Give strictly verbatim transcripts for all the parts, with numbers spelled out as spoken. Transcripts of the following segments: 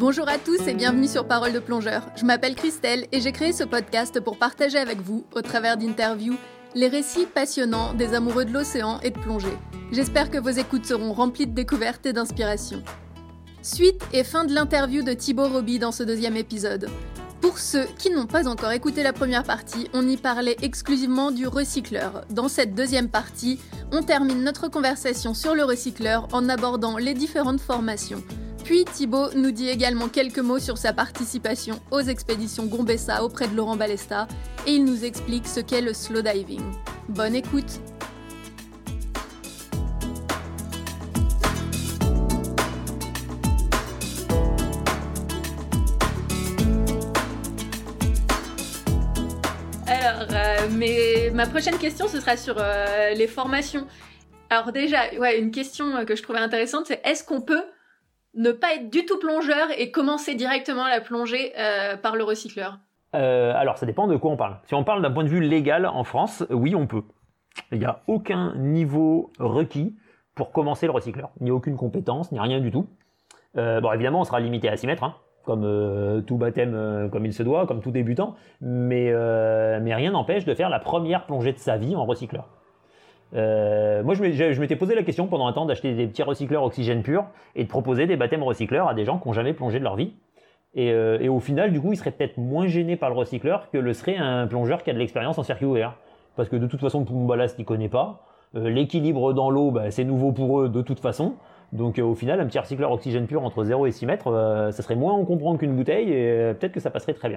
Bonjour à tous et bienvenue sur Parole de plongeur. Je m'appelle Christelle et j'ai créé ce podcast pour partager avec vous, au travers d'interviews, les récits passionnants des amoureux de l'océan et de plongée. J'espère que vos écoutes seront remplies de découvertes et d'inspiration. Suite et fin de l'interview de Thibaut Roby dans ce deuxième épisode. Pour ceux qui n'ont pas encore écouté la première partie, on y parlait exclusivement du recycleur. Dans cette deuxième partie, on termine notre conversation sur le recycleur en abordant les différentes formations. Puis Thibaut nous dit également quelques mots sur sa participation aux expéditions Gombessa auprès de Laurent Balesta et il nous explique ce qu'est le slow diving. Bonne écoute! Alors, euh, mais ma prochaine question, ce sera sur euh, les formations. Alors déjà, ouais, une question que je trouvais intéressante, c'est est-ce qu'on peut ne pas être du tout plongeur et commencer directement la plongée euh, par le recycleur? euh, Alors, ça dépend de quoi on parle. Si on parle d'un point de vue légal en France, oui, on peut. Il n'y a aucun niveau requis pour commencer le recycleur. Ni aucune compétence, ni rien du tout. Euh, bon, évidemment, on sera limité à six mètres, hein, comme euh, tout baptême, euh, comme il se doit, comme tout débutant. Mais, euh, mais rien n'empêche de faire la première plongée de sa vie en recycleur. Euh, moi, je m'étais posé la question pendant un temps d'acheter des petits recycleurs oxygène pur et de proposer des baptêmes recycleurs à des gens qui n'ont jamais plongé de leur vie. Et, euh, et au final, du coup, ils seraient peut-être moins gênés par le recycleur que le serait un plongeur qui a de l'expérience en circuit ouvert. Parce que de toute façon, le poumon ballast, ils ne connaissent pas. Euh, l'équilibre dans l'eau, bah, c'est nouveau pour eux de toute façon. Donc euh, au final, un petit recycleur oxygène pur entre zéro et six mètres, euh, ça serait moins en comprendre qu'une bouteille et euh, peut-être que ça passerait très bien.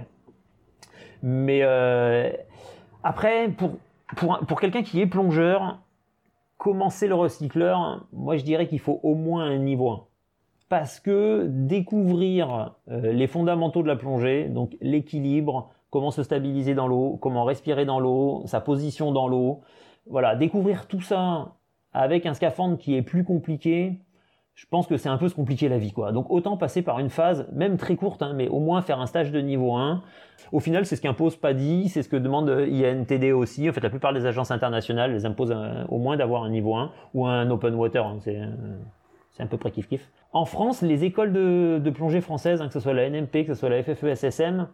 Mais euh, après, pour, pour, pour quelqu'un qui est plongeur, commencer le recycleur, moi je dirais qu'il faut au moins un niveau un. Parce que découvrir euh, les fondamentaux de la plongée, donc l'équilibre, comment se stabiliser dans l'eau, comment respirer dans l'eau, sa position dans l'eau, voilà, découvrir tout ça avec un scaphandre qui est plus compliqué, je pense que c'est un peu se compliquer la vie, quoi. Donc autant passer par une phase, même très courte, hein, mais au moins faire un stage de niveau un. Au final, c'est ce qu'impose PADI, c'est ce que demande I A N T D aussi. En fait, la plupart des agences internationales les imposent un, au moins d'avoir un niveau un ou un open water. Hein, c'est, c'est à peu près kiff-kiff. En France, les écoles de, de plongée françaises, hein, que ce soit la N M P, que ce soit la F F E S S M,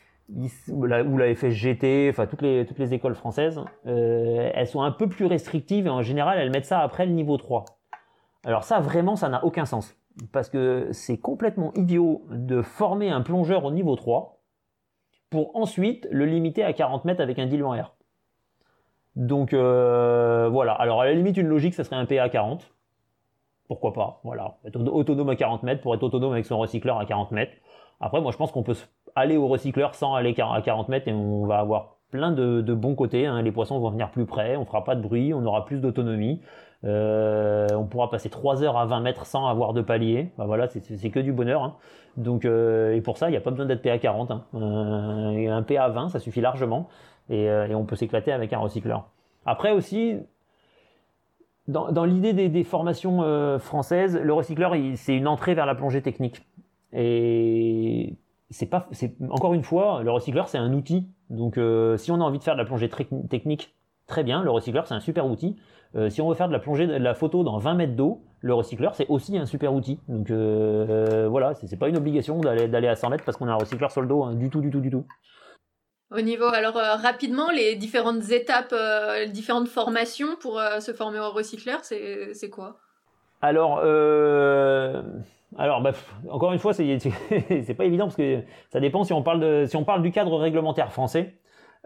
ou la, ou la F S G T, enfin toutes les, toutes les écoles françaises, euh, elles sont un peu plus restrictives et en général, elles mettent ça après le niveau trois. Alors ça, vraiment, ça n'a aucun sens. Parce que c'est complètement idiot de former un plongeur au niveau trois pour ensuite le limiter à quarante mètres avec un diluant air. Donc euh, voilà. Alors à la limite, une logique, ça serait un P A quarante. Pourquoi pas, voilà. Être autonome à quarante mètres pour être autonome avec son recycleur à quarante mètres. Après, moi, je pense qu'on peut aller au recycleur sans aller à quarante mètres et on va avoir plein de, de bons côtés. Hein. Les poissons vont venir plus près, on fera pas de bruit, on aura plus d'autonomie. Euh, on pourra passer trois heures à vingt mètres sans avoir de palier. Ben voilà, c'est, c'est que du bonheur. Hein. Donc, euh, et pour ça, il n'y a pas besoin d'être P A quarante. Hein. Euh, un P A vingt, ça suffit largement. Et, euh, et on peut s'éclater avec un recycleur. Après aussi, dans, dans l'idée des, des formations euh, françaises, le recycleur, il, c'est une entrée vers la plongée technique. Et c'est pas, c'est, encore une fois, le recycleur, c'est un outil. Donc, euh, si on a envie de faire de la plongée très, technique, très bien, le recycleur, c'est un super outil. Euh, si on veut faire de la plongée, de la photo dans vingt mètres d'eau, le recycleur, c'est aussi un super outil. Donc euh, euh, voilà, c'est, c'est pas une obligation d'aller, d'aller à cent mètres parce qu'on a un recycleur sur le dos, hein, du tout, du tout, du tout. Au niveau, alors euh, rapidement, les différentes étapes, euh, les différentes formations pour euh, se former au recycleur, c'est, c'est quoi? Alors, euh, alors bah, encore une fois, c'est, c'est, c'est pas évident parce que ça dépend si on parle, de, si on parle du cadre réglementaire français.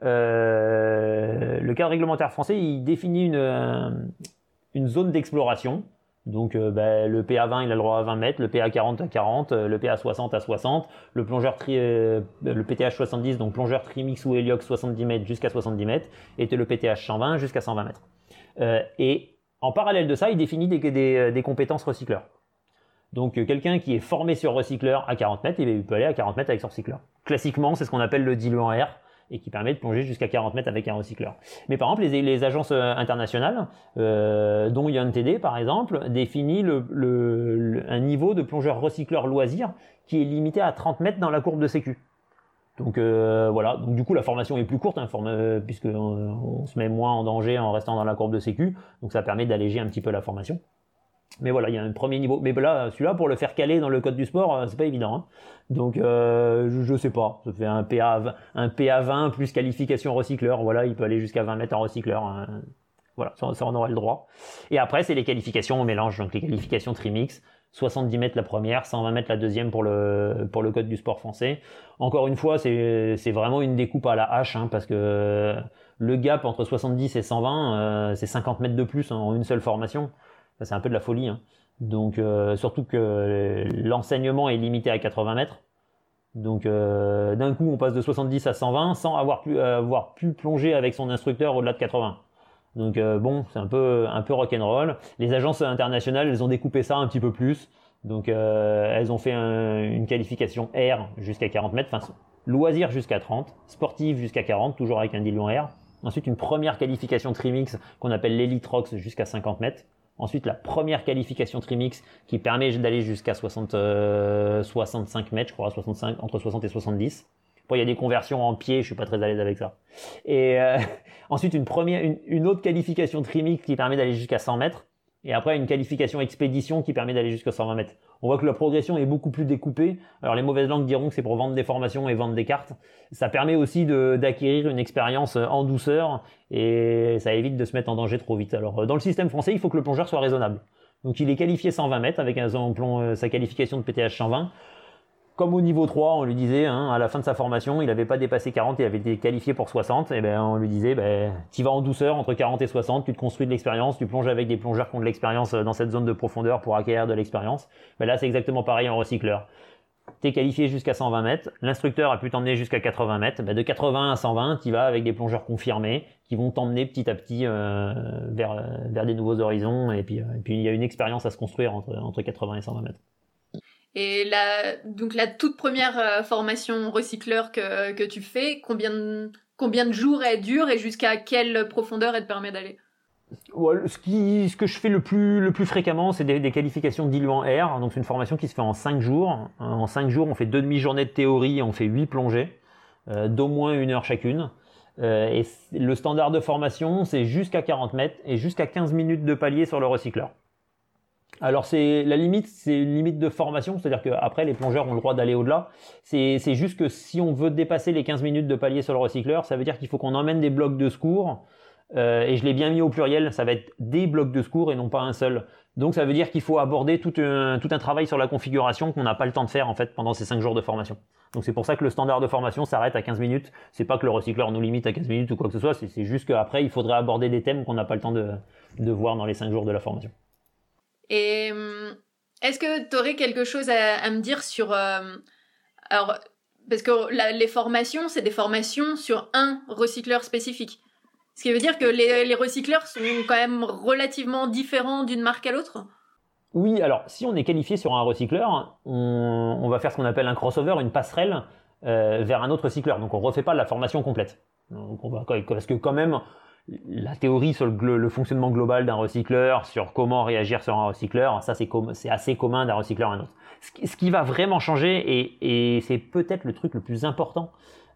Euh, le cadre réglementaire français, il définit une, une zone d'exploration. Donc euh, bah, le P A vingt, il a le droit à vingt mètres, le P A quarante à quarante, le P A soixante à soixante, le plongeur tri, euh, le P T H soixante-dix, donc plongeur trimix ou Heliox soixante-dix mètres jusqu'à soixante-dix mètres, et le P T H cent vingt jusqu'à cent vingt mètres. Euh, et en parallèle de ça, il définit des, des, des compétences recycleurs. Donc euh, quelqu'un qui est formé sur recycleur à quarante mètres, il peut aller à quarante mètres avec son recycleur. Classiquement, c'est ce qu'on appelle le diluant air, et qui permet de plonger jusqu'à quarante mètres avec un recycleur. Mais par exemple, les, les agences internationales, euh, dont I A N T D par exemple, définit le, le, le, un niveau de plongeur recycleur loisir qui est limité à trente mètres dans la courbe de sécu. Donc euh, voilà, donc du coup la formation est plus courte, hein, forme, euh, puisque on, on se met moins en danger en restant dans la courbe de sécu, donc ça permet d'alléger un petit peu la formation. Mais voilà, il y a un premier niveau. Mais là, celui-là, pour le faire caler dans le code du sport, c'est pas évident. Hein. Donc, euh, je, je sais pas. Ça fait un P A, un P A vingt plus qualification recycleur. Voilà, il peut aller jusqu'à vingt mètres en recycleur. Hein. Voilà, ça, ça on aurait le droit. Et après, c'est les qualifications au mélange. Donc, les qualifications Trimix. soixante-dix mètres la première, cent vingt mètres la deuxième pour le, pour le code du sport français. Encore une fois, c'est, c'est vraiment une découpe à la hache, hein, parce que le gap entre soixante-dix et cent vingt, euh, c'est cinquante mètres de plus en une seule formation. Ça, c'est un peu de la folie. Hein. Donc, euh, surtout que l'enseignement est limité à quatre-vingts mètres. Donc, euh, d'un coup, on passe de soixante-dix à cent vingt sans avoir pu, avoir pu plonger avec son instructeur au-delà de quatre-vingts. Donc, euh, bon, c'est un peu, un peu rock'n'roll. Les agences internationales, elles ont découpé ça un petit peu plus. Donc, euh, elles ont fait un, une qualification R jusqu'à quarante mètres, enfin, loisir jusqu'à trente, sportive jusqu'à quarante, toujours avec un diluant R. Ensuite, une première qualification Trimix qu'on appelle l'Elite Rocks jusqu'à cinquante mètres. Ensuite, la première qualification Trimix qui permet d'aller jusqu'à soixante, euh, soixante-cinq mètres, je crois, soixante-cinq, entre soixante et soixante-dix. Bon, il y a des conversions en pied, je suis pas très à l'aise avec ça. Et euh, ensuite, une, première, une, une autre qualification Trimix qui permet d'aller jusqu'à cent mètres. Et après, une qualification expédition qui permet d'aller jusqu'à cent vingt mètres. On voit que la progression est beaucoup plus découpée. Alors, les mauvaises langues diront que c'est pour vendre des formations et vendre des cartes. Ça permet aussi de, d'acquérir une expérience en douceur et ça évite de se mettre en danger trop vite. Alors, dans le système français, il faut que le plongeur soit raisonnable. Donc, il est qualifié cent vingt mètres avec un, son plomb, sa qualification de P T H cent vingt. Comme au niveau trois, on lui disait, hein, à la fin de sa formation, il n'avait pas dépassé quarante, il avait été qualifié pour soixante, et ben on lui disait, ben, tu vas en douceur entre quarante et soixante, tu te construis de l'expérience, tu plonges avec des plongeurs qui ont de l'expérience dans cette zone de profondeur pour acquérir de l'expérience. Ben là, c'est exactement pareil en recycleur. Tu es qualifié jusqu'à cent vingt mètres, l'instructeur a pu t'emmener jusqu'à quatre-vingts mètres, ben de quatre-vingts à cent vingt, tu vas avec des plongeurs confirmés qui vont t'emmener petit à petit euh, vers, vers des nouveaux horizons, et puis, euh, et puis il y a une expérience à se construire entre, entre quatre-vingts et cent vingt mètres. Et la, donc la toute première euh, formation recycleur que, que tu fais, combien de, combien de jours elle dure et jusqu'à quelle profondeur elle te permet d'aller? Ouais, ce, qui, ce que je fais le plus, le plus fréquemment, c'est des, des qualifications diluant R. Donc c'est une formation qui se fait en cinq jours. En cinq jours, on fait deux demi-journées de théorie, on fait huit plongées, euh, d'au moins une heure chacune. Euh, et le standard de formation, c'est jusqu'à quarante mètres et jusqu'à quinze minutes de palier sur le recycleur. Alors c'est la limite, c'est une limite de formation, c'est-à-dire qu'après les plongeurs ont le droit d'aller au-delà. C'est, c'est juste que si on veut dépasser les quinze minutes de palier sur le recycleur, ça veut dire qu'il faut qu'on emmène des blocs de secours. Euh, et je l'ai bien mis au pluriel, ça va être des blocs de secours et non pas un seul. Donc ça veut dire qu'il faut aborder tout un, tout un travail sur la configuration qu'on n'a pas le temps de faire en fait pendant ces cinq jours de formation. Donc c'est pour ça que le standard de formation s'arrête à quinze minutes. C'est pas que le recycleur nous limite à quinze minutes ou quoi que ce soit, c'est, c'est juste qu'après il faudrait aborder des thèmes qu'on n'a pas le temps de, de voir dans les cinq jours de la formation. Et est-ce que tu aurais quelque chose à, à me dire sur... Euh, alors, parce que la, les formations, c'est des formations sur un recycleur spécifique. Ce qui veut dire que les, les recycleurs sont quand même relativement différents d'une marque à l'autre. Oui, alors si on est qualifié sur un recycleur, on, on va faire ce qu'on appelle un crossover, une passerelle euh, vers un autre recycleur. Donc on ne refait pas la formation complète. Donc on va, parce que quand même... La théorie sur le, le fonctionnement global d'un recycleur, sur comment réagir sur un recycleur, ça c'est, com- c'est assez commun d'un recycleur à un autre. Ce qui, ce qui va vraiment changer, et, et c'est peut-être le truc le plus important,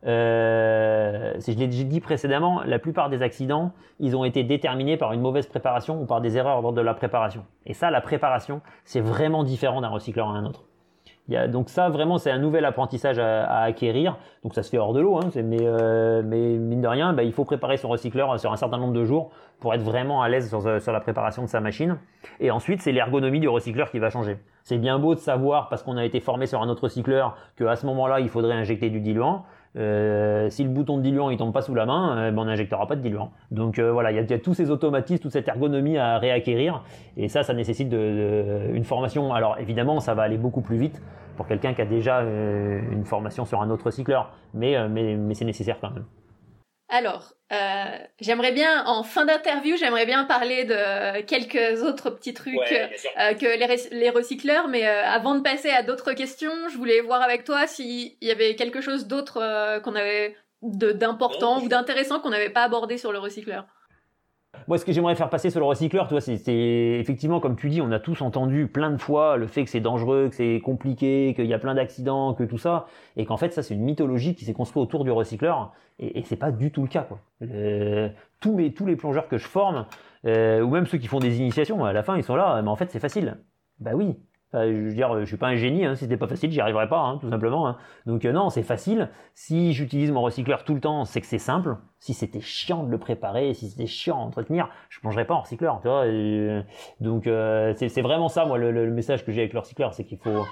euh, c'est, je l'ai dit précédemment, la plupart des accidents, ils ont été déterminés par une mauvaise préparation ou par des erreurs lors de la préparation. Et ça, la préparation, c'est vraiment différent d'un recycleur à un autre. Il y a, donc ça, vraiment, c'est un nouvel apprentissage à, à acquérir. Donc ça se fait hors de l'eau, hein, c'est, mais, euh, mais mine de rien, bah, il faut préparer son recycleur sur un certain nombre de jours pour être vraiment à l'aise sur, sur la préparation de sa machine. Et ensuite, c'est l'ergonomie du recycleur qui va changer. C'est bien beau de savoir, parce qu'on a été formé sur un autre recycleur, qu'à ce moment-là, il faudrait injecter du diluant. Euh, si le bouton de diluant il tombe pas sous la main, euh, ben on n'injectera pas de diluant. Donc euh, voilà, il y a, y a tous ces automatismes, toute cette ergonomie à réacquérir, et ça, ça nécessite de, de, une formation. Alors évidemment, ça va aller beaucoup plus vite pour quelqu'un qui a déjà euh, une formation sur un autre recycleur, mais, euh, mais, mais c'est nécessaire quand même. Alors, euh, j'aimerais bien, en fin d'interview, j'aimerais bien parler de quelques autres petits trucs ouais, euh, que les, les recycleurs, mais euh, avant de passer à d'autres questions, je voulais voir avec toi s'il y avait quelque chose d'autre euh, qu'on avait de, d'important non, ou d'intéressant qu'on n'avait pas abordé sur le recycleur. Moi, ce que j'aimerais faire passer sur le recycleur, tu vois, c'est, c'est effectivement, comme tu dis, on a tous entendu plein de fois le fait que c'est dangereux, que c'est compliqué, qu'il y a plein d'accidents, que tout ça, et qu'en fait, ça, c'est une mythologie qui s'est construite autour du recycleur, et, et c'est pas du tout le cas, quoi. Le, tous mes, tous les plongeurs que je forme, euh, ou même ceux qui font des initiations, à la fin, ils sont là, mais en fait, c'est facile. Bah oui. Enfin, je veux dire, je suis pas un génie, hein, si c'était pas facile, j'y arriverais pas, hein, tout simplement. Hein. Donc euh, non, c'est facile. Si j'utilise mon recycleur tout le temps, c'est que c'est simple. Si c'était chiant de le préparer, si c'était chiant à entretenir, je plongerais pas en recycleur, tu vois. Et, donc euh, c'est, c'est vraiment ça, moi, le, le message que j'ai avec le recycleur, c'est qu'il faut,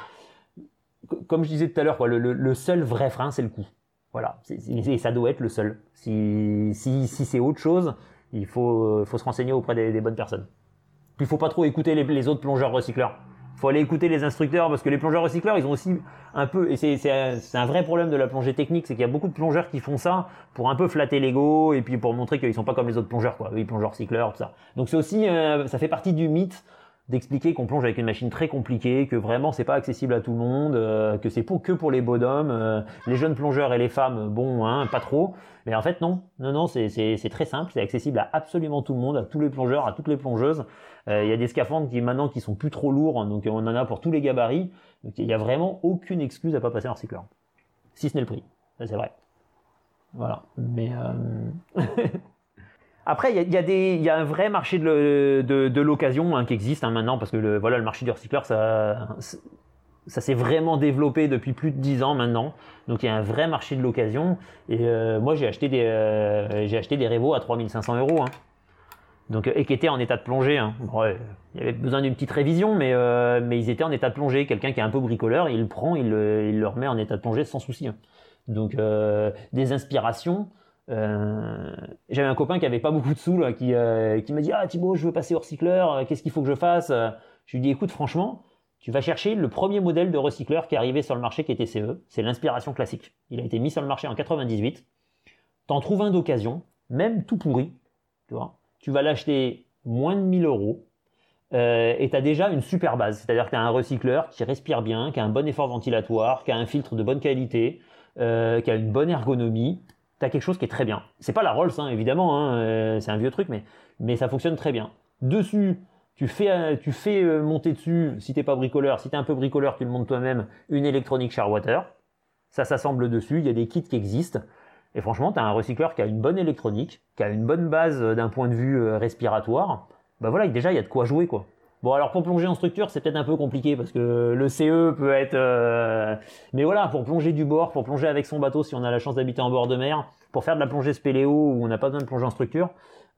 comme je disais tout à l'heure, quoi, le, le, le seul vrai frein, c'est le coût. Voilà, c'est, c'est, ça doit être le seul. Si, si, si c'est autre chose, il faut, faut se renseigner auprès des, des bonnes personnes. Puis il faut pas trop écouter les, les autres plongeurs recycleurs. Faut aller écouter les instructeurs parce que les plongeurs recycleurs, ils ont aussi un peu, et c'est, c'est, un, c'est un vrai problème de la plongée technique, c'est qu'il y a beaucoup de plongeurs qui font ça pour un peu flatter l'ego et puis pour montrer qu'ils sont pas comme les autres plongeurs, quoi. Oui, plongeurs recycleurs, tout ça. Donc c'est aussi, euh, ça fait partie du mythe d'expliquer qu'on plonge avec une machine très compliquée, que vraiment c'est pas accessible à tout le monde, euh, que c'est pour, que pour les bonhommes, euh, les jeunes plongeurs et les femmes, bon, hein, pas trop. Mais en fait non, non, non, c'est, c'est, c'est très simple, c'est accessible à absolument tout le monde, à tous les plongeurs, à toutes les plongeuses. Euh, il y a des scaphandres qui maintenant qui sont plus trop lourds, donc on en a pour tous les gabarits. Donc il y a vraiment aucune excuse à pas passer un recycleur, si ce n'est le prix, ça c'est vrai. Voilà, mais euh... après il y a, y a des, il y a un vrai marché de, le, de, de l'occasion hein, qui existe hein, maintenant parce que le, voilà le marché du recycleur ça. Ça s'est vraiment développé depuis plus de dix ans maintenant. Donc il y a un vrai marché de l'occasion. Et euh, moi j'ai acheté des euh, j'ai acheté des Revo à trois mille cinq cents euros. Hein. Donc et qui étaient en état de plongée. Hein. Bon, ouais, il y avait besoin d'une petite révision, mais euh, mais ils étaient en état de plongée. Quelqu'un qui est un peu bricoleur, il le prend, il le, il le remet en état de plongée sans souci. Hein. Donc euh, des inspirations. Euh, j'avais un copain qui avait pas beaucoup de sous là, qui euh, qui m'a dit ah Thibaut je veux passer au recycleur. Qu'est-ce qu'il faut que je fasse? Je lui dis écoute franchement. Tu vas chercher le premier modèle de recycleur qui est arrivé sur le marché qui était C E, c'est l'inspiration classique. Il a été mis sur le marché en quatre-vingt-dix-huit. T'en trouves un d'occasion, même tout pourri, tu vois. Tu vas l'acheter moins de mille euros euh, et t'as déjà une super base. C'est-à-dire que t'as un recycleur qui respire bien, qui a un bon effort ventilatoire, qui a un filtre de bonne qualité, euh, qui a une bonne ergonomie. T'as quelque chose qui est très bien. C'est pas la Rolls, hein, évidemment, hein, euh, c'est un vieux truc, mais, mais ça fonctionne très bien. Dessus, Tu fais, tu fais monter dessus, si t'es pas bricoleur, si t'es un peu bricoleur, tu le montes toi-même, une électronique Sharwater. Ça s'assemble dessus, il y a des kits qui existent. Et franchement, t'as un recycleur qui a une bonne électronique, qui a une bonne base d'un point de vue respiratoire. Bah voilà, déjà, il y a de quoi jouer, quoi. Bon, alors pour plonger en structure, c'est peut-être un peu compliqué parce que le C E peut être... Euh... Mais voilà, pour plonger du bord, pour plonger avec son bateau si on a la chance d'habiter en bord de mer, pour faire de la plongée spéléo où on n'a pas besoin de plonger en structure,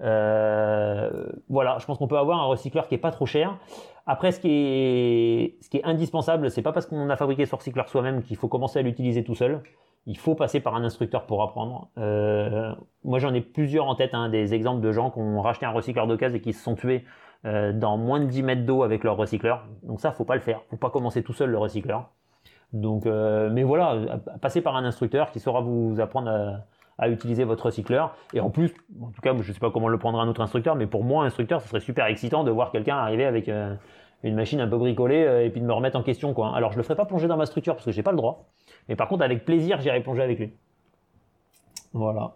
Euh, voilà, je pense qu'on peut avoir un recycleur qui est pas trop cher. Après, ce qui est, ce qui est indispensable, c'est pas parce qu'on a fabriqué ce recycleur soi-même qu'il faut commencer à l'utiliser tout seul. Il faut passer par un instructeur pour apprendre. Euh, moi, j'en ai plusieurs en tête, hein, des exemples de gens qui ont racheté un recycleur d'occasion et qui se sont tués euh, dans moins de dix mètres d'eau avec leur recycleur. Donc ça, faut pas le faire. Faut pas commencer tout seul le recycleur. Donc, euh, mais voilà, passer par un instructeur qui saura vous apprendre à à utiliser votre recycleur. Et en plus, en tout cas, je ne sais pas comment le prendra un autre instructeur, mais pour moi, instructeur, ce serait super excitant de voir quelqu'un arriver avec euh, une machine un peu bricolée euh, et puis de me remettre en question, quoi. Alors, je le ferai pas plonger dans ma structure parce que j'ai pas le droit. Mais par contre, avec plaisir, j'irai plonger avec lui. Voilà.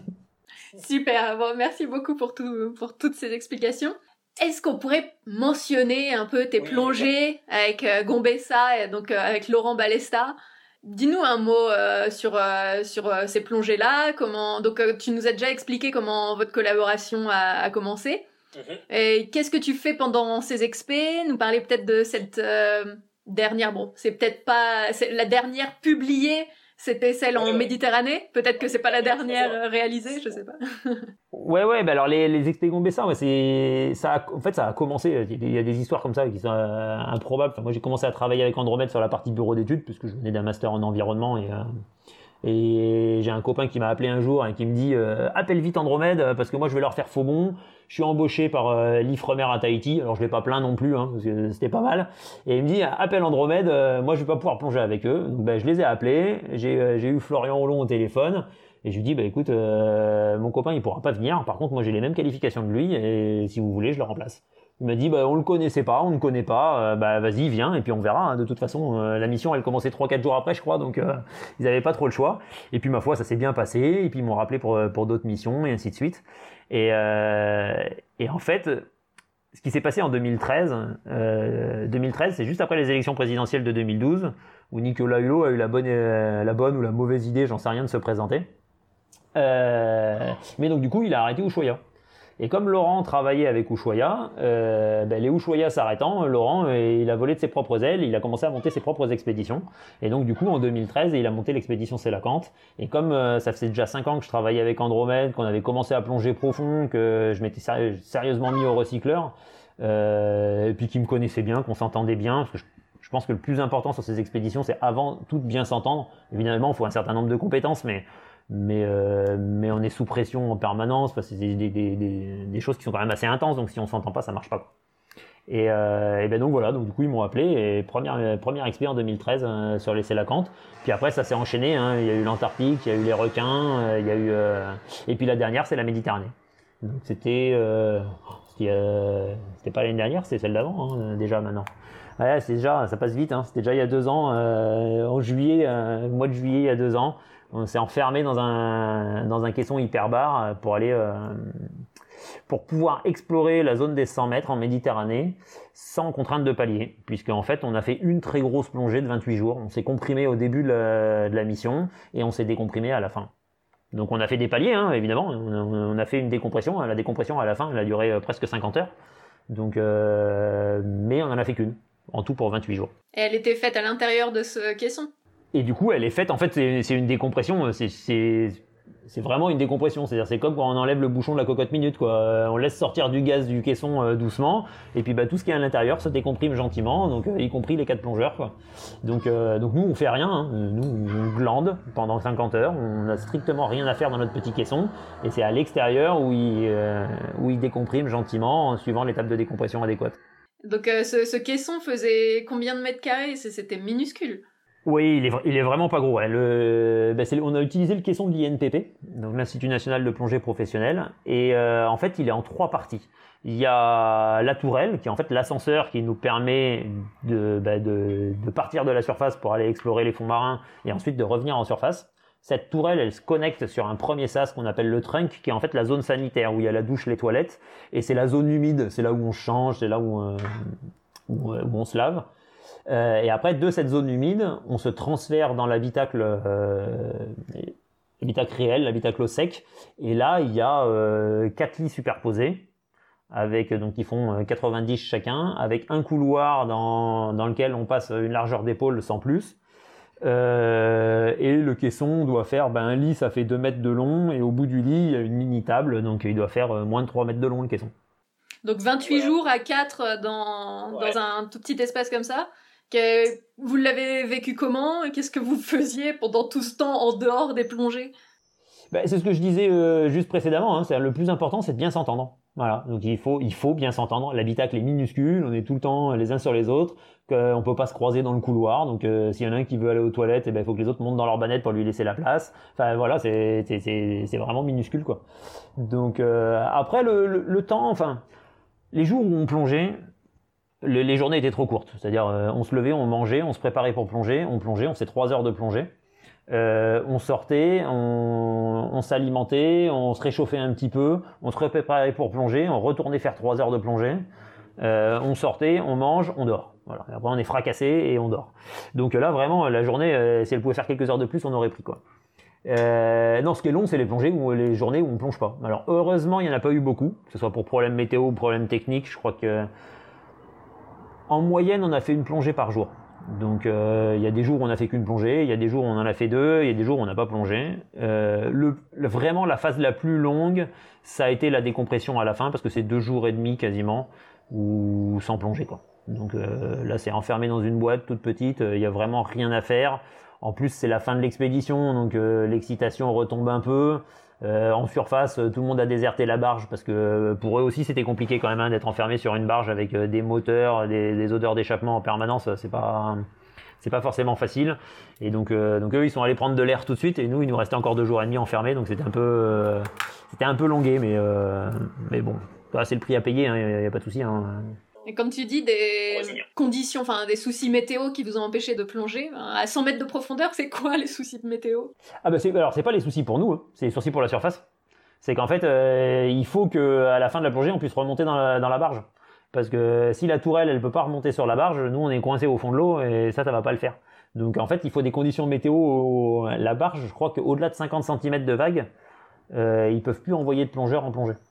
Super. Bon, merci beaucoup pour tout, pour toutes ces explications. Est-ce qu'on pourrait mentionner un peu tes oui, plongées avec euh, Gombessa, et donc euh, avec Laurent Balesta? Dis-nous un mot euh, sur euh, sur euh, ces plongées-là. Comment donc euh, tu nous as déjà expliqué comment votre collaboration a, a commencé. Mm-hmm. Et qu'est-ce que tu fais pendant ces expés? Nous parler peut-être de cette euh, dernière. Bon, c'est peut-être pas c'est la dernière publiée. C'était celle en ouais, Méditerranée. Peut-être que c'est pas la dernière réalisée, je sais pas. Ouais, ouais. Bah alors les les expés Gombessa, ouais, c'est ça. A, en fait, ça a commencé. Il y a des histoires comme ça qui sont euh, improbables. Enfin, moi, j'ai commencé à travailler avec Andromède sur la partie bureau d'études puisque je venais d'un master en environnement et euh, et j'ai un copain qui m'a appelé un jour et qui me dit euh, appelle vite Andromède parce que moi je vais leur faire faux bon. Je suis embauché par euh, l'Ifremer à Tahiti. Alors je l'ai pas plaint non plus hein, parce que c'était pas mal. Et il me dit appelle Andromède. Euh, moi je vais pas pouvoir plonger avec eux. Donc ben je les ai appelés. J'ai euh, j'ai eu Florian Hollon au téléphone. Et je lui dis, bah écoute, euh, mon copain il pourra pas venir. Par contre, moi j'ai les mêmes qualifications de lui et si vous voulez, je le remplace. Il m'a dit, bah on le connaissait pas, on ne connaît pas, euh, bah vas-y, viens et puis on verra. Hein. De toute façon, euh, la mission elle commençait trois quatre jours après, je crois, donc euh, ils avaient pas trop le choix. Et puis ma foi, ça s'est bien passé. Et puis ils m'ont rappelé pour pour d'autres missions et ainsi de suite. Et euh, et en fait, ce qui s'est passé en deux mille treize, euh, deux mille treize, c'est juste après les élections présidentielles de deux mille douze, où Nicolas Hulot a eu la bonne euh, la bonne ou la mauvaise idée, j'en sais rien, de se présenter. Euh, mais donc du coup, il a arrêté Ushuaïa. Et comme Laurent travaillait avec Ushuaïa, euh, ben les Ushuaïa s'arrêtant, Laurent, euh, il a volé de ses propres ailes, il a commencé à monter ses propres expéditions. Et donc du coup, en deux mille treize, il a monté l'expédition Sélacanthe. Et comme euh, ça faisait déjà cinq ans que je travaillais avec Andromède, qu'on avait commencé à plonger profond, que je m'étais sérieux, sérieusement mis au recycleur, euh, et puis qu'il me connaissait bien, qu'on s'entendait bien, parce que je, je pense que le plus important sur ces expéditions, c'est avant tout de bien s'entendre. Évidemment, il faut un certain nombre de compétences, mais Mais, euh, mais on est sous pression en permanence parce que c'est des, des, des, des choses qui sont quand même assez intenses, donc si on s'entend pas, ça marche pas, quoi. Et, euh, et ben donc voilà, donc du coup ils m'ont appelé et première première expé en deux mille treize euh, sur les Sélacanthe. Puis après ça s'est enchaîné, hein. Il y a eu l'Antarctique, il y a eu les requins, euh, il y a eu euh, et puis la dernière c'est la Méditerranée. Donc c'était euh, c'était, euh, c'était pas l'année dernière, c'est celle d'avant, hein, déjà maintenant. Ouais, c'est déjà, ça passe vite, hein. C'était déjà il y a deux ans, euh, en juillet, euh, mois de juillet il y a deux ans. On s'est enfermé dans un dans un caisson hyperbare pour aller euh, pour pouvoir explorer la zone des cent mètres en Méditerranée sans contrainte de palier, puisque en fait on a fait une très grosse plongée de vingt-huit jours. On s'est comprimé au début de la, de la mission et on s'est décomprimé à la fin. Donc on a fait des paliers, hein, évidemment. On a, on a fait une décompression. La décompression à la fin, elle a duré presque cinquante heures. Donc, euh, mais on en a fait qu'une en tout pour vingt-huit jours. Et elle était faite à l'intérieur de ce caisson. Et du coup, elle est faite, en fait, c'est, c'est une décompression, c'est, c'est, c'est vraiment une décompression. C'est-à-dire, c'est comme quand on enlève le bouchon de la cocotte minute, quoi. On laisse sortir du gaz du caisson euh, doucement, et puis bah, tout ce qui est à l'intérieur se décomprime gentiment, donc euh, y compris les quatre plongeurs, quoi. Donc, euh, donc nous, on fait rien, hein. Nous, on glande pendant cinquante heures, on n'a strictement rien à faire dans notre petit caisson, et c'est à l'extérieur où il, euh, où il décomprime gentiment, en suivant l'étape de décompression adéquate. Donc euh, ce, ce caisson faisait combien de mètres carrés ? C'était minuscule. Oui, il est, il est vraiment pas gros. Ouais. Le, ben c'est, on a utilisé le caisson de l'I N P P, donc l'Institut National de Plongée Professionnelle, et euh, en fait, il est en trois parties. Il y a la tourelle, qui est en fait l'ascenseur qui nous permet de, ben de, de partir de la surface pour aller explorer les fonds marins et ensuite de revenir en surface. Cette tourelle, elle se connecte sur un premier sas qu'on appelle le trunk, qui est en fait la zone sanitaire où il y a la douche, les toilettes, et c'est la zone humide, c'est là où on change, c'est là où, euh, où, où on se lave. Euh, et après, de cette zone humide, on se transfère dans l'habitacle, euh, l'habitacle réel, l'habitacle au sec. Et là, il y a euh, quatre lits superposés, avec donc ils font quatre-vingt-dix chacun, avec un couloir dans dans lequel on passe une largeur d'épaule sans plus. Euh, et le caisson doit faire, ben un lit, ça fait deux mètres de long, et au bout du lit, il y a une mini table, donc il doit faire moins de trois mètres de long le caisson. Donc vingt-huit jours à quatre dans ouais. dans un tout petit espace comme ça. Que, vous l'avez vécu comment ? Qu'est-ce que vous faisiez pendant tout ce temps en dehors des plongées ? Ben, c'est ce que je disais euh, juste précédemment, hein, c'est, le plus important c'est de bien s'entendre. Voilà, donc il faut, il faut bien s'entendre. L'habitacle est minuscule, on est tout le temps les uns sur les autres, qu'on peut pas se croiser dans le couloir, donc euh, s'il y en a un qui veut aller aux toilettes, eh ben, il faut que les autres montent dans leur banette pour lui laisser la place. Enfin voilà, c'est, c'est, c'est, c'est vraiment minuscule, quoi. Donc euh, après le, le, le temps, enfin, les jours où on plongeait, le, les journées étaient trop courtes. C'est-à-dire euh, on se levait, on mangeait, on se préparait pour plonger, on plongeait, on faisait trois heures de plongée. Euh, on sortait, on, on s'alimentait, on se réchauffait un petit peu, on se préparait pour plonger, on retournait faire trois heures de plongée, euh, on sortait, on mange, on dort. Voilà. Et après on est fracassé et on dort. Donc là vraiment la journée, euh, si elle pouvait faire quelques heures de plus, on aurait pris, quoi. Euh, non, ce qui est long, c'est les plongées ou les journées où on plonge pas. Alors heureusement, il n'y en a pas eu beaucoup, que ce soit pour problème météo ou problème technique. Je crois que en moyenne, on a fait une plongée par jour. Donc il euh, y a des jours où on a fait qu'une plongée, il y a des jours où on en a fait deux, il y a des jours où on n'a pas plongé. Euh, le, le, vraiment la phase la plus longue, ça a été la décompression à la fin, parce que c'est deux jours et demi quasiment, ou sans plonger, quoi. Donc euh, là c'est enfermé dans une boîte toute petite, il euh, y a vraiment rien à faire. En plus c'est la fin de l'expédition, donc euh, l'excitation retombe un peu. Euh, en surface, tout le monde a déserté la barge parce que pour eux aussi c'était compliqué quand même, hein, d'être enfermé sur une barge avec euh, des moteurs, des, des odeurs d'échappement en permanence. C'est pas, c'est pas forcément facile. Et donc, euh, donc eux, ils sont allés prendre de l'air tout de suite, et nous, il nous restait encore deux jours et demi enfermés, donc c'était un peu, euh, c'était un peu longué, mais, euh, mais bon, c'est le prix à payer, il hein, n'y a, a pas de souci. Hein. Et comme tu dis, des conditions, enfin des soucis météo qui vous ont empêché de plonger, à cent mètres de profondeur, c'est quoi les soucis météo? Ah bah c'est, alors c'est pas les soucis pour nous, hein, c'est les soucis pour la surface. C'est qu'en fait, euh, il faut qu'à la fin de la plongée, on puisse remonter dans la, dans la barge. Parce que si la tourelle, elle peut pas remonter sur la barge, nous on est coincé au fond de l'eau et ça, ça va pas le faire. Donc en fait, il faut des conditions météo. Au, la barge, je crois qu'au-delà de cinquante centimètres de vague, euh, ils peuvent plus envoyer de plongeurs en plongée.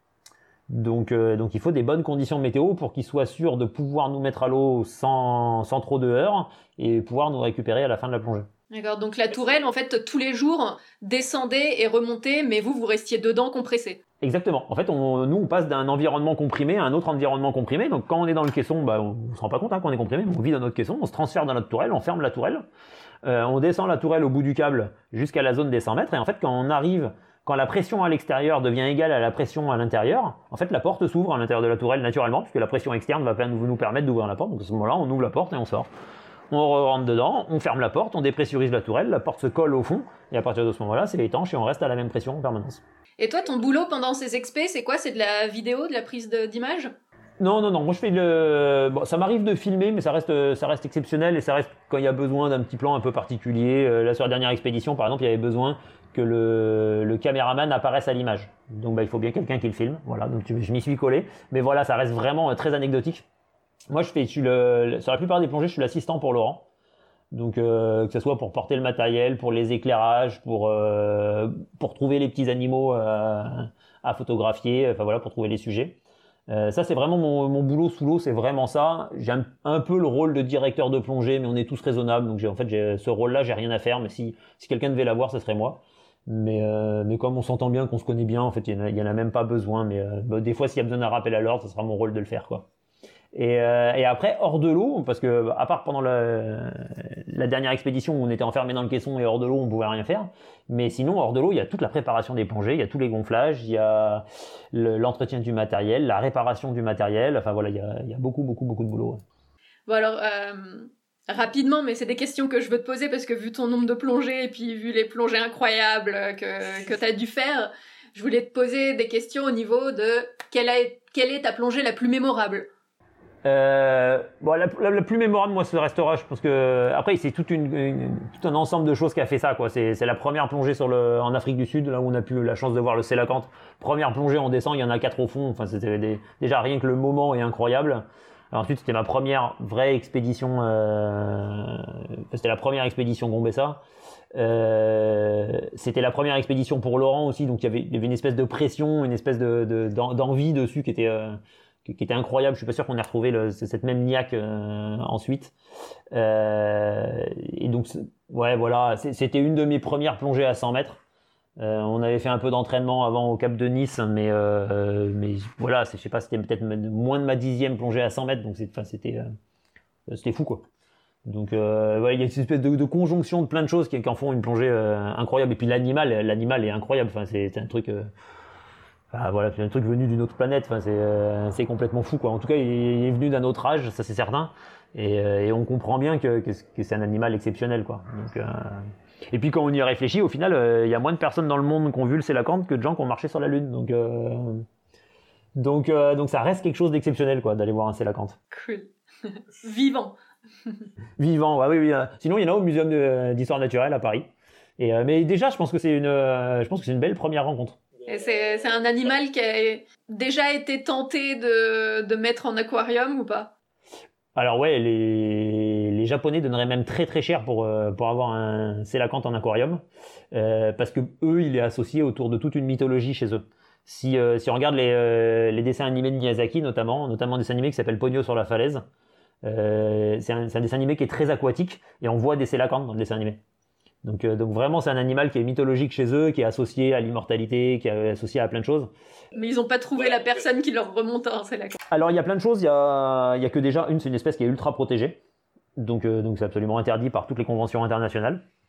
Donc, euh, donc il faut des bonnes conditions météo pour qu'ils soient sûrs de pouvoir nous mettre à l'eau sans, sans trop de heurts et pouvoir nous récupérer à la fin de la plongée. D'accord, donc la tourelle, en fait, tous les jours, descendait et remontait, mais vous, vous restiez dedans compressé. Exactement. En fait, on, nous, on passe d'un environnement comprimé à un autre environnement comprimé. Donc, quand on est dans le caisson, bah, on ne se rend pas compte hein, qu'on est comprimé, mais on vit dans notre caisson, on se transfère dans notre tourelle, on ferme la tourelle, euh, on descend la tourelle au bout du câble jusqu'à la zone des cent mètres. Et en fait, quand on arrive, quand la pression à l'extérieur devient égale à la pression à l'intérieur, en fait, la porte s'ouvre à l'intérieur de la tourelle naturellement, puisque la pression externe va nous permettre d'ouvrir la porte. Donc, à ce moment-là, on ouvre la porte et on sort. On rentre dedans, on ferme la porte, on dépressurise la tourelle, la porte se colle au fond, et à partir de ce moment-là, c'est étanche et on reste à la même pression en permanence. Et toi, ton boulot pendant ces expés, c'est quoi? C'est de la vidéo, de la prise d'images? Non, non, non, moi je fais le... Bon, ça m'arrive de filmer, mais ça reste, ça reste exceptionnel, et ça reste quand il y a besoin d'un petit plan un peu particulier. Là, sur la dernière expédition, par exemple, il y avait besoin que le, le caméraman apparaisse à l'image. Donc bah, il faut bien quelqu'un qui le filme, voilà, donc je m'y suis collé. Mais voilà, ça reste vraiment très anecdotique. Moi, je fais, je suis le, sur la plupart des plongées, je suis l'assistant pour Laurent. Donc, euh, que ce soit pour porter le matériel, pour les éclairages, pour euh, pour trouver les petits animaux euh, à photographier, enfin voilà, pour trouver les sujets. Euh, ça, c'est vraiment mon, mon boulot sous l'eau, c'est vraiment ça. J'ai un, un peu le rôle de directeur de plongée, mais on est tous raisonnables. Donc, j'ai, en fait, j'ai, ce rôle-là, j'ai rien à faire. Mais si si quelqu'un devait l'avoir, ce serait moi. Mais euh, mais comme on s'entend bien, qu'on se connaît bien, en fait, il y en a, il y en a même pas besoin. Mais euh, bah, des fois, s'il y a besoin d'un rappel à l'ordre, ce sera mon rôle de le faire, quoi. Et, euh, et après, hors de l'eau, parce que à part pendant la, la dernière expédition où on était enfermé dans le caisson et hors de l'eau, on pouvait rien faire. Mais sinon, hors de l'eau, il y a toute la préparation des plongées, il y a tous les gonflages, il y a le, l'entretien du matériel, la réparation du matériel. Enfin voilà, il y a, il y a beaucoup, beaucoup, beaucoup de boulot. Bon alors, euh, rapidement, mais c'est des questions que je veux te poser parce que vu ton nombre de plongées et puis vu les plongées incroyables que, que tu as dû faire, je voulais te poser des questions au niveau de quelle, a, quelle est ta plongée la plus mémorable? Euh, bon, la, la, la plus mémorable, moi, ce restera, je pense que après, c'est toute une, une, tout un ensemble de choses qui a fait ça, quoi. C'est, c'est la première plongée sur le, en Afrique du Sud, là où on a pu la chance de voir le Sélacanthe. Première plongée, on descend, il y en a quatre au fond. Enfin, c'était des, déjà rien que le moment est incroyable. Alors, ensuite, c'était ma première vraie expédition. Euh, c'était la première expédition Gombessa. Euh, c'était la première expédition pour Laurent aussi, donc il y avait, il y avait une espèce de pression, une espèce de, de d'envie dessus qui était euh, qui était incroyable. Je suis pas sûr qu'on ait retrouvé le, cette même niaque euh, ensuite. Euh, et donc, ouais, voilà, c'était une de mes premières plongées à cent mètres. Euh, on avait fait un peu d'entraînement avant au Cap de Nice, mais euh, mais voilà, je sais pas, c'était peut-être moins de ma dixième plongée à cent mètres, donc c'est, enfin, c'était euh, c'était fou, quoi. Donc, euh, ouais, il y a une espèce de, de conjonction de plein de choses qui, qui en font une plongée euh, incroyable. Et puis l'animal, l'animal est incroyable. Enfin, c'est, c'est un truc. Euh, Ah, voilà, c'est un truc venu d'une autre planète. Enfin, c'est, euh, c'est complètement fou, quoi. En tout cas, il, il est venu d'un autre âge, ça c'est certain. Et, euh, et on comprend bien que, que, que c'est un animal exceptionnel, quoi. Donc, euh... et puis quand on y réfléchit, au final, euh, il y a moins de personnes dans le monde qui ont vu le Sélacanthe que de gens qui ont marché sur la Lune. Donc, euh... donc, euh, donc ça reste quelque chose d'exceptionnel, quoi, d'aller voir un Sélacanthe. Cool. Vivant. Vivant, ouais, oui, oui. Sinon, il y en a au Muséum de, d'Histoire Naturelle à Paris. Et, euh, mais déjà, je pense que c'est une, euh, je pense que c'est une belle première rencontre. Et c'est, c'est un animal qui a déjà été tenté de, de mettre en aquarium ou pas? Alors ouais, les, les Japonais donneraient même très très cher pour, euh, pour avoir un Sélacanthe en aquarium, euh, parce que eux, il est associé autour de toute une mythologie chez eux. Si, euh, si on regarde les, euh, les dessins animés de Miyazaki notamment, notamment un dessin animé qui s'appelle Pogno sur la falaise, euh, c'est, un, c'est un dessin animé qui est très aquatique, et on voit des Sélacanthes dans le dessin animé. Donc, euh, donc vraiment, c'est un animal qui est mythologique chez eux, qui est associé à l'immortalité, qui est associé à plein de choses. Mais ils n'ont pas trouvé la personne qui leur remonte un Sélacanthe. Alors, il y a plein de choses. Il y a, il y a que déjà une, c'est une espèce qui est ultra protégée. Donc, euh, donc c'est absolument interdit par toutes les conventions internationales.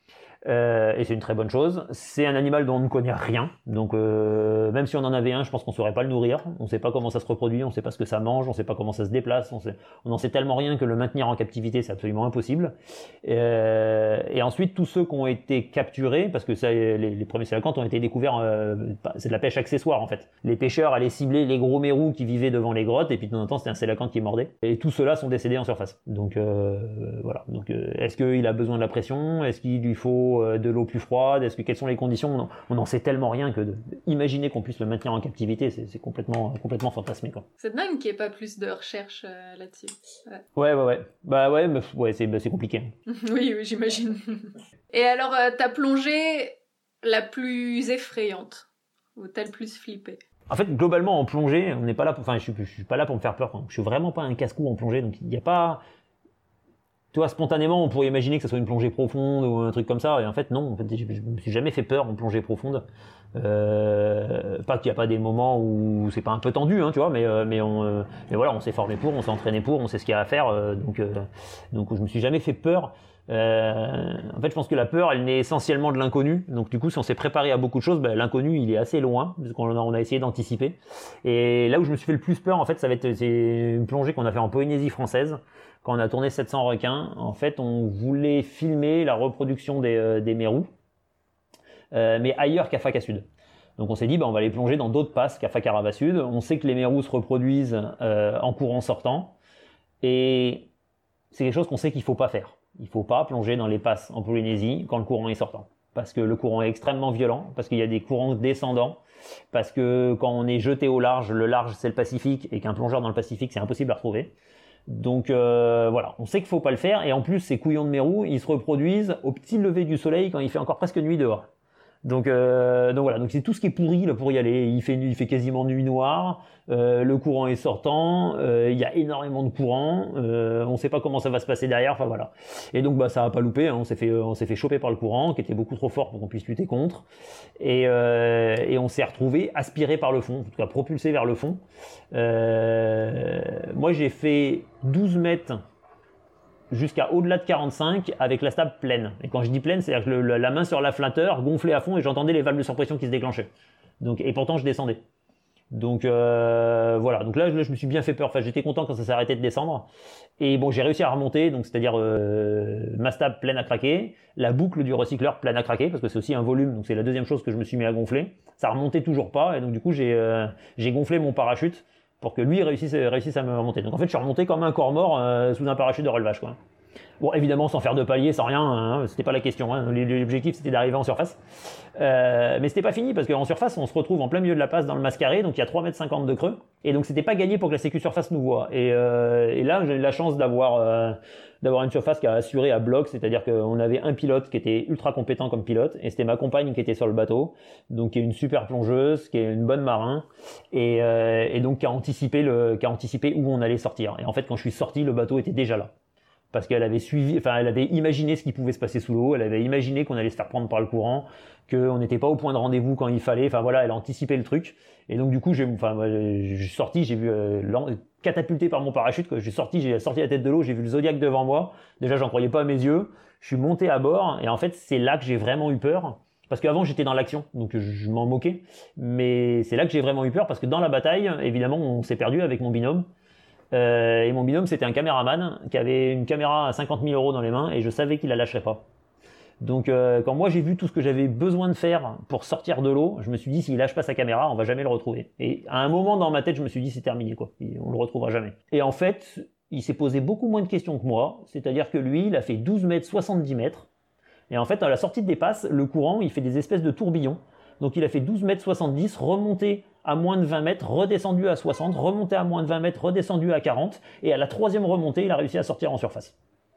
Euh, et c'est une très bonne chose. C'est un animal dont on ne connaît rien. Donc euh, même si on en avait un, je pense qu'on ne saurait pas le nourrir. On ne sait pas comment ça se reproduit, on ne sait pas ce que ça mange, on ne sait pas comment ça se déplace. On sait, on n'en sait tellement rien que le maintenir en captivité, c'est absolument impossible. Euh, et ensuite, tous ceux qui ont été capturés, parce que ça, les, les premiers sélacantes ont été découverts, euh, c'est de la pêche accessoire en fait. Les pêcheurs allaient cibler les gros mérous qui vivaient devant les grottes, et puis de temps en temps, c'était un sélacanthe qui mordait. Et tous ceux-là sont décédés en surface. Donc euh, voilà. Donc euh, est-ce qu'il a besoin de la pression? Est-ce qu'il lui faut de l'eau plus froide? Est-ce que quelles sont les conditions? On n'en sait tellement rien que de, imaginer qu'on puisse le maintenir en captivité, c'est, c'est complètement, complètement fantasmé, quoi. C'est dingue qu'il n'y ait pas plus de recherche euh, là-dessus. Ouais. ouais, ouais, ouais. Bah ouais, mais, ouais, c'est, bah, c'est compliqué. oui, oui, j'imagine. Et alors, euh, ta plongée la plus effrayante, ou t'as le plus flippé? En fait, globalement, en plongée, on n'est pas là pour, enfin, je suis, je suis pas là pour me faire peur, quoi. Je suis vraiment pas un casse-cou en plongée, donc il n'y a pas. Tu vois, spontanément, on pourrait imaginer que ça soit une plongée profonde ou un truc comme ça, et en fait, non. En fait, je, je me suis jamais fait peur en plongée profonde. Euh, pas qu'il n'y a pas des moments où c'est pas un peu tendu, hein, tu vois, mais euh, mais on, euh, mais voilà, on s'est formé pour, on s'est entraîné pour, on sait ce qu'il y a à faire, euh, donc euh, donc je me suis jamais fait peur. Euh, en fait, je pense que la peur, elle naît essentiellement de l'inconnu. Donc, du coup, si on s'est préparé à beaucoup de choses, ben, l'inconnu, il est assez loin, parce qu'on a, on a essayé d'anticiper. Et là où je me suis fait le plus peur, en fait, ça va être, c'est une plongée qu'on a fait en Polynésie française. Quand on a tourné sept cents requins, en fait, on voulait filmer la reproduction des, euh, des mérous, euh, mais ailleurs qu'à Faka Sud. Donc on s'est dit, bah, on va les plonger dans d'autres passes qu'à Fakarava Sud. On sait que les mérous se reproduisent euh, en courant sortant, et c'est quelque chose qu'on sait qu'il faut pas faire. Il faut pas plonger dans les passes en Polynésie quand le courant est sortant, parce que le courant est extrêmement violent, parce qu'il y a des courants descendants, parce que quand on est jeté au large, le large c'est le Pacifique, et qu'un plongeur dans le Pacifique c'est impossible à retrouver. Donc euh, voilà, on sait qu'il faut pas le faire, et en plus ces couillons de mérous, ils se reproduisent au petit lever du soleil quand il fait encore presque nuit dehors. Donc, euh, donc voilà, donc c'est tout ce qui est pourri là pour y aller. Il fait, il fait quasiment nuit noire, euh, le courant est sortant, euh, il y a énormément de courant, euh, on sait pas comment ça va se passer derrière, enfin voilà. Et donc bah ça a pas loupé, hein, on s'est fait, on s'est fait choper par le courant qui était beaucoup trop fort pour qu'on puisse lutter contre, et, euh, et on s'est retrouvé aspiré par le fond, en tout cas propulsé vers le fond. Euh, moi j'ai fait douze mètres jusqu'à au-delà de quarante-cinq avec la stable pleine. Et quand je dis pleine, c'est-à-dire que le, la main sur la flatteur gonflait à fond et j'entendais les valves de surpression qui se déclenchaient. Donc, et pourtant, je descendais. Donc euh, voilà, donc là, là je me suis bien fait peur, enfin j'étais content quand ça s'est arrêté de descendre. Et bon, j'ai réussi à remonter, donc c'est-à-dire euh, ma stable pleine à craquer, la boucle du recycleur pleine à craquer, parce que c'est aussi un volume, donc c'est la deuxième chose que je me suis mis à gonfler. Ça remontait toujours pas, et donc du coup j'ai euh, j'ai gonflé mon parachute pour que lui réussisse, réussisse à me remonter. Donc en fait, je suis remonté comme un corps mort euh, sous un parachute de relevage, quoi. Bon, évidemment, sans faire de palier, sans rien, hein, c'était pas la question. Hein. L'objectif, c'était d'arriver en surface. Euh, mais c'était pas fini, parce qu'en surface, on se retrouve en plein milieu de la passe dans le mascaré, donc il y a trois mètres cinquante de creux. Et donc, c'était pas gagné pour que la Sécu Surface nous voie. Et, euh, et là, j'ai eu la chance d'avoir euh, d'avoir une surface qui a assuré à bloc, c'est-à-dire qu'on avait un pilote qui était ultra compétent comme pilote, et c'était ma compagne qui était sur le bateau, donc qui est une super plongeuse, qui est une bonne marin, et, euh, et donc qui a anticipé le, qui a anticipé où on allait sortir. Et en fait, quand je suis sorti, le bateau était déjà là. Parce qu'elle avait suivi, enfin, elle avait imaginé ce qui pouvait se passer sous l'eau, elle avait imaginé qu'on allait se faire prendre par le courant, qu'on n'était pas au point de rendez-vous quand il fallait, enfin voilà, elle a anticipé le truc. Et donc, du coup, j'ai, enfin, je suis sorti, j'ai vu, euh, catapulté par mon parachute, quoi. J'ai sorti, j'ai sorti la tête de l'eau, j'ai vu le Zodiac devant moi. Déjà, j'en croyais pas à mes yeux. Je suis monté à bord, et en fait, c'est là que j'ai vraiment eu peur. Parce qu'avant, j'étais dans l'action, donc je m'en moquais. Mais c'est là que j'ai vraiment eu peur, parce que dans la bataille, évidemment, on s'est perdu avec mon binôme. Euh, et mon binôme, c'était un caméraman qui avait une caméra à cinquante mille euros dans les mains, et je savais qu'il la lâcherait pas. Donc euh, quand moi j'ai vu tout ce que j'avais besoin de faire pour sortir de l'eau, je me suis dit, s'il lâche pas sa caméra, on va jamais le retrouver. Et à un moment dans ma tête, je me suis dit, c'est terminé, quoi. On le retrouvera jamais. Et en fait, il s'est posé beaucoup moins de questions que moi, c'est-à-dire que lui, il a fait douze mètres, soixante-dix mètres, et en fait, à la sortie des passes, le courant, il fait des espèces de tourbillons. Donc il a fait douze mètres soixante-dix, remonté à moins de vingt mètres, redescendu à soixante, remonté à moins de vingt mètres, redescendu à quarante, et à la troisième remontée, il a réussi à sortir en surface.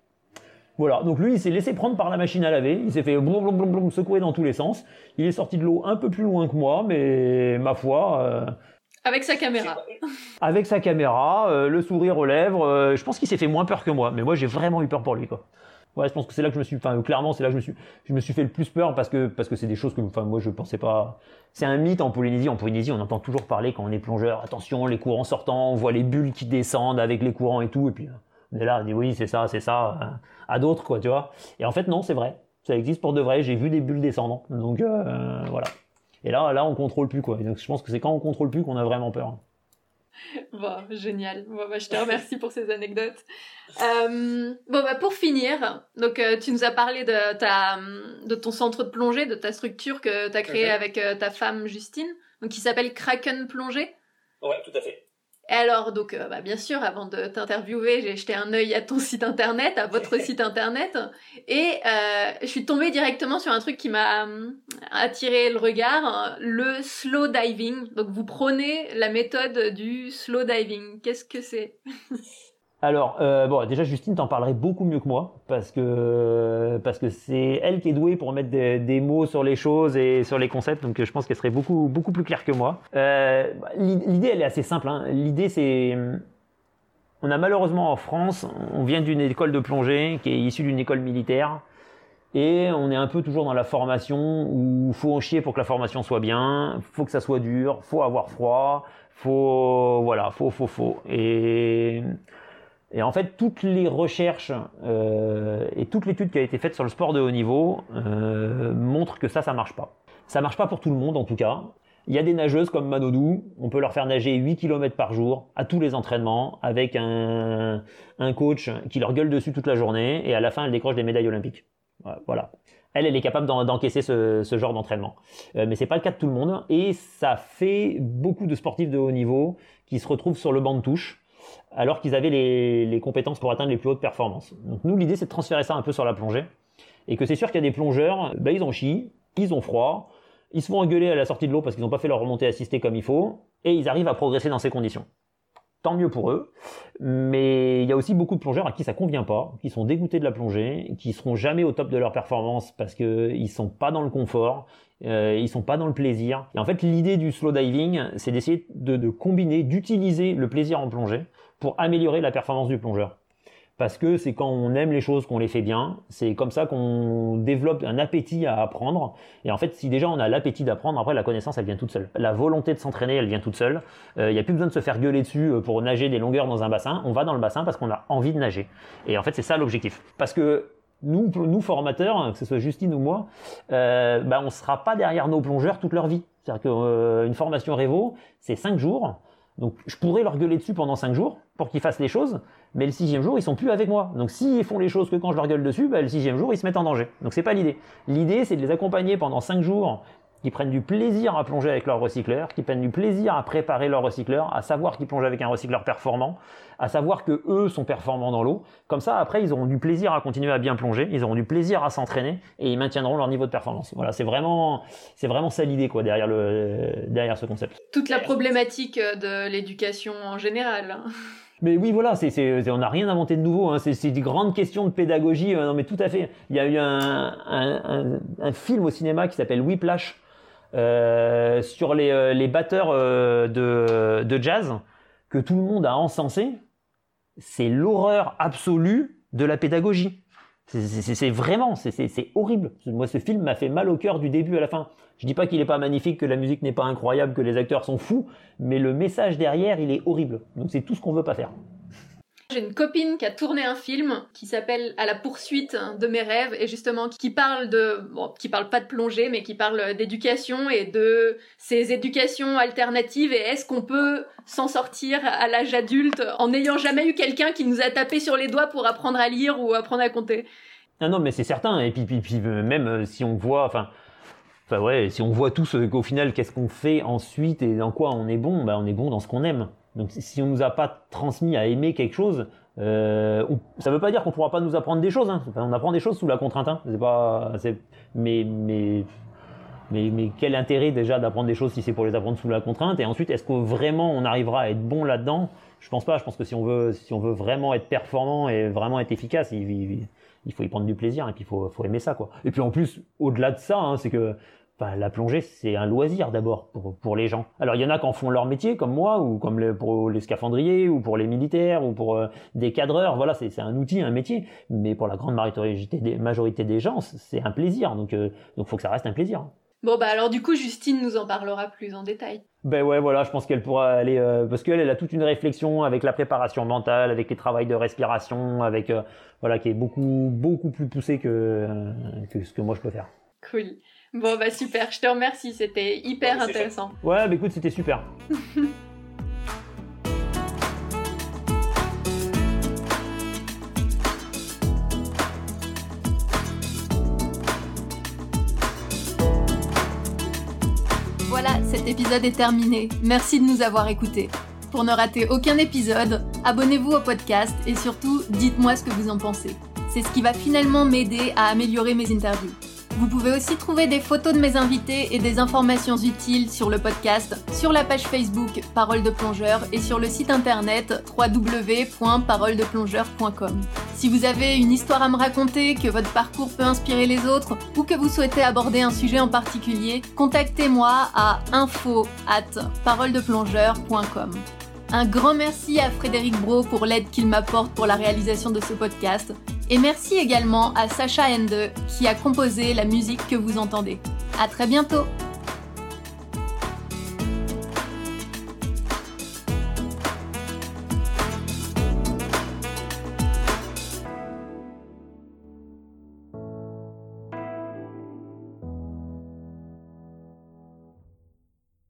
Voilà, donc lui, il s'est laissé prendre par la machine à laver, il s'est fait blum blum blum blum secouer dans tous les sens, il est sorti de l'eau un peu plus loin que moi, mais ma foi... Euh... Avec sa caméra. Avec sa caméra, euh, le sourire aux lèvres, euh, je pense qu'il s'est fait moins peur que moi, mais moi j'ai vraiment eu peur pour lui, quoi. Ouais, je pense que c'est là que je me suis, enfin, clairement, c'est là que je me suis, je me suis fait le plus peur parce que, parce que c'est des choses que, enfin, moi, je pensais pas. C'est un mythe en Polynésie. En Polynésie, on entend toujours parler quand on est plongeur. Attention, les courants sortants, on voit les bulles qui descendent avec les courants et tout. Et puis, on est là, on dit oui, c'est ça, c'est ça. À d'autres, quoi, tu vois. Et en fait, non, c'est vrai. Ça existe pour de vrai. J'ai vu des bulles descendre. Donc euh, voilà. Et là, là, on contrôle plus quoi. Donc je pense que c'est quand on contrôle plus qu'on a vraiment peur. Bon, génial. Bon, bah, je te remercie pour ces anecdotes. Euh, bon, bah, pour finir, donc euh, tu nous as parlé de ta, de ton centre de plongée, de ta structure que tu as créée Okay. avec euh, ta femme Justine, donc qui s'appelle Kraken Plongée. Ouais, tout à fait. Et alors, donc, euh, bah, bien sûr, avant de t'interviewer, j'ai jeté un œil à ton site internet, à votre site internet, et euh, je suis tombée directement sur un truc qui m'a euh, attiré le regard, le slow diving. Donc, vous prenez la méthode du slow diving. Qu'est-ce que c'est ? Alors, euh, bon, déjà Justine t'en parlerait beaucoup mieux que moi parce que parce que c'est elle qui est douée pour mettre des, des mots sur les choses et sur les concepts, donc je pense qu'elle serait beaucoup beaucoup plus claire que moi. Euh, l'idée, elle est assez simple. Hein. L'idée, c'est on a malheureusement en France, on vient d'une école de plongée qui est issue d'une école militaire. Et on est un peu toujours dans la formation où faut en chier pour que la formation soit bien, faut que ça soit dur, faut avoir froid, faut voilà, faut faut faut. Et Et en fait, toutes les recherches euh, et toute l'étude qui a été faite sur le sport de haut niveau euh, montrent que ça, ça marche pas. Ça marche pas pour tout le monde, en tout cas. Il y a des nageuses comme Manodou, on peut leur faire nager huit kilomètres par jour à tous les entraînements avec un, un coach qui leur gueule dessus toute la journée et à la fin, elle décroche des médailles olympiques. Voilà. Elle, elle est capable d'en, d'encaisser ce, ce genre d'entraînement. Euh, mais c'est pas le cas de tout le monde et ça fait beaucoup de sportifs de haut niveau qui se retrouvent sur le banc de touche alors qu'ils avaient les, les compétences pour atteindre les plus hautes performances. Donc nous, l'idée, c'est de transférer ça un peu sur la plongée. Et que c'est sûr qu'il y a des plongeurs, bah, ils en chient, ils ont froid, ils se font engueuler à la sortie de l'eau parce qu'ils n'ont pas fait leur remontée assistée comme il faut, et ils arrivent à progresser dans ces conditions. Tant mieux pour eux, mais il y a aussi beaucoup de plongeurs à qui ça convient pas, qui sont dégoûtés de la plongée, qui seront jamais au top de leur performance parce qu'ils sont pas dans le confort, euh, ils sont pas dans le plaisir. Et en fait, l'idée du slow diving, c'est d'essayer de, de combiner, d'utiliser le plaisir en plongée pour améliorer la performance du plongeur. Parce que c'est quand on aime les choses qu'on les fait bien, c'est comme ça qu'on développe un appétit à apprendre. Et en fait, si déjà on a l'appétit d'apprendre, après la connaissance, elle vient toute seule. La volonté de s'entraîner, elle vient toute seule. Il euh, n'y a plus besoin de se faire gueuler dessus pour nager des longueurs dans un bassin. On va dans le bassin parce qu'on a envie de nager. Et en fait, c'est ça l'objectif. Parce que nous, nous formateurs, que ce soit Justine ou moi, euh, bah, on ne sera pas derrière nos plongeurs toute leur vie. C'est-à-dire qu'une euh, formation Révo, c'est cinq jours. Donc je pourrais leur gueuler dessus pendant cinq jours pour qu'ils fassent les choses, mais le sixième jour, ils sont plus avec moi. Donc s'ils font les choses que quand je leur gueule dessus, bah, le sixième jour, ils se mettent en danger. Donc c'est pas l'idée. L'idée, c'est de les accompagner pendant cinq jours, qui prennent du plaisir à plonger avec leur recycleur, qui prennent du plaisir à préparer leur recycleur, à savoir qu'ils plongent avec un recycleur performant, à savoir que eux sont performants dans l'eau. Comme ça, après, ils auront du plaisir à continuer à bien plonger, ils auront du plaisir à s'entraîner et ils maintiendront leur niveau de performance. Voilà, c'est vraiment, c'est vraiment ça l'idée quoi derrière le, derrière ce concept. Toute la problématique de l'éducation en général. Mais oui, voilà, c'est, c'est, on n'a rien inventé de nouveau. Hein. C'est, c'est des grandes questions de pédagogie. Euh, non, mais tout à fait. Il y a eu un, un, un, un film au cinéma qui s'appelle Whiplash euh, sur les, euh, les batteurs euh, de, de jazz que tout le monde a encensé. C'est l'horreur absolue de la pédagogie. C'est, c'est, c'est vraiment, c'est, c'est, c'est horrible. Moi, ce film m'a fait mal au cœur du début à la fin. Je dis pas qu'il est pas magnifique, que la musique n'est pas incroyable, que les acteurs sont fous, mais le message derrière, il est horrible. Donc c'est tout ce qu'on veut pas faire. J'ai une copine qui a tourné un film qui s'appelle À la poursuite de mes rêves et justement qui parle de, bon, qui parle pas de plongée, mais qui parle d'éducation et de ces éducations alternatives et est-ce qu'on peut s'en sortir à l'âge adulte en n'ayant jamais eu quelqu'un qui nous a tapé sur les doigts pour apprendre à lire ou apprendre à compter. Ah non, mais c'est certain. Et puis, puis, puis même si on voit, enfin, enfin ouais, si on voit tous qu'au final, qu'est-ce qu'on fait ensuite et dans quoi on est bon, bah on est bon dans ce qu'on aime. Donc si on nous a pas transmis à aimer quelque chose, euh, on, ça veut pas dire qu'on pourra pas nous apprendre des choses. Hein. Enfin, on apprend des choses sous la contrainte. Hein. C'est pas, c'est, mais mais mais mais quel intérêt déjà d'apprendre des choses si c'est pour les apprendre sous la contrainte? Et ensuite, est-ce que vraiment on arrivera à être bon là-dedans? Je pense pas. Je pense que si on veut si on veut vraiment être performant et vraiment être efficace, il, il, il faut y prendre du plaisir et puis il faut faut aimer ça quoi. Et puis en plus, au-delà de ça, hein, c'est que Enfin, la plongée, c'est un loisir d'abord pour, pour les gens. Alors, il y en a qui en font leur métier, comme moi, ou comme les, pour les scaphandriers, ou pour les militaires, ou pour euh, des cadreurs. Voilà, c'est, c'est un outil, un métier. Mais pour la grande majorité des, majorité des gens, c'est un plaisir. Donc, euh, donc, faut que ça reste un plaisir. Bon bah alors du coup Justine nous en parlera plus en détail. Ben ouais, voilà, je pense qu'elle pourra aller euh, parce qu'elle elle a toute une réflexion avec la préparation mentale, avec les travails de respiration, avec euh, voilà qui est beaucoup beaucoup plus poussée que euh, que ce que moi je peux faire. Cool. Bon bah super, je te remercie, c'était hyper ouais, intéressant. Fait. Ouais, bah écoute, c'était super. Voilà, cet épisode est terminé. Merci de nous avoir écoutés. Pour ne rater aucun épisode, abonnez-vous au podcast et surtout, dites-moi ce que vous en pensez. C'est ce qui va finalement m'aider à améliorer mes interviews. Vous pouvez aussi trouver des photos de mes invités et des informations utiles sur le podcast, sur la page Facebook Parole de Plongeur et sur le site internet w w w point parole de plongeur point com. Si vous avez une histoire à me raconter, que votre parcours peut inspirer les autres ou que vous souhaitez aborder un sujet en particulier, contactez-moi à info arobase parole de plongeur point com. Un grand merci à Frédéric Brault pour l'aide qu'il m'apporte pour la réalisation de ce podcast. Et merci également à Sacha Ende qui a composé la musique que vous entendez. À très bientôt!